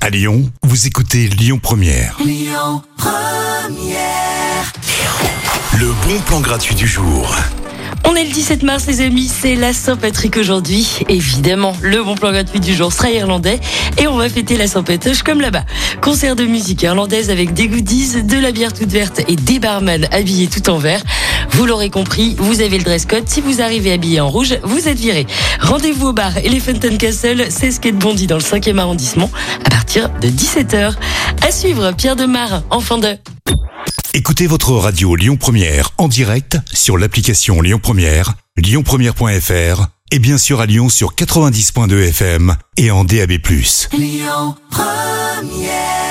À Lyon, vous écoutez Lyon Première. Lyon Première. Le bon plan gratuit du jour. On est le 17 mars les amis, c'est la Saint-Patrick aujourd'hui. Évidemment, le bon plan gratuit du jour sera irlandais et on va fêter la Saint-Pétoche comme là-bas. Concert de musique irlandaise avec des goodies, de la bière toute verte et des barman habillés tout en vert. Vous l'aurez compris, vous avez le dress code. Si vous arrivez habillé en rouge, vous êtes viré. Rendez-vous au bar Elephant and Castle, c'est ce qu'est de Bondy dans le 5e arrondissement à partir de 17h. À suivre, Pierre Demar en fin de... Écoutez votre radio Lyon Première en direct sur l'application Lyon Première, lyonpremière.fr et bien sûr à Lyon sur 90.2 FM et en DAB+. Lyon Première.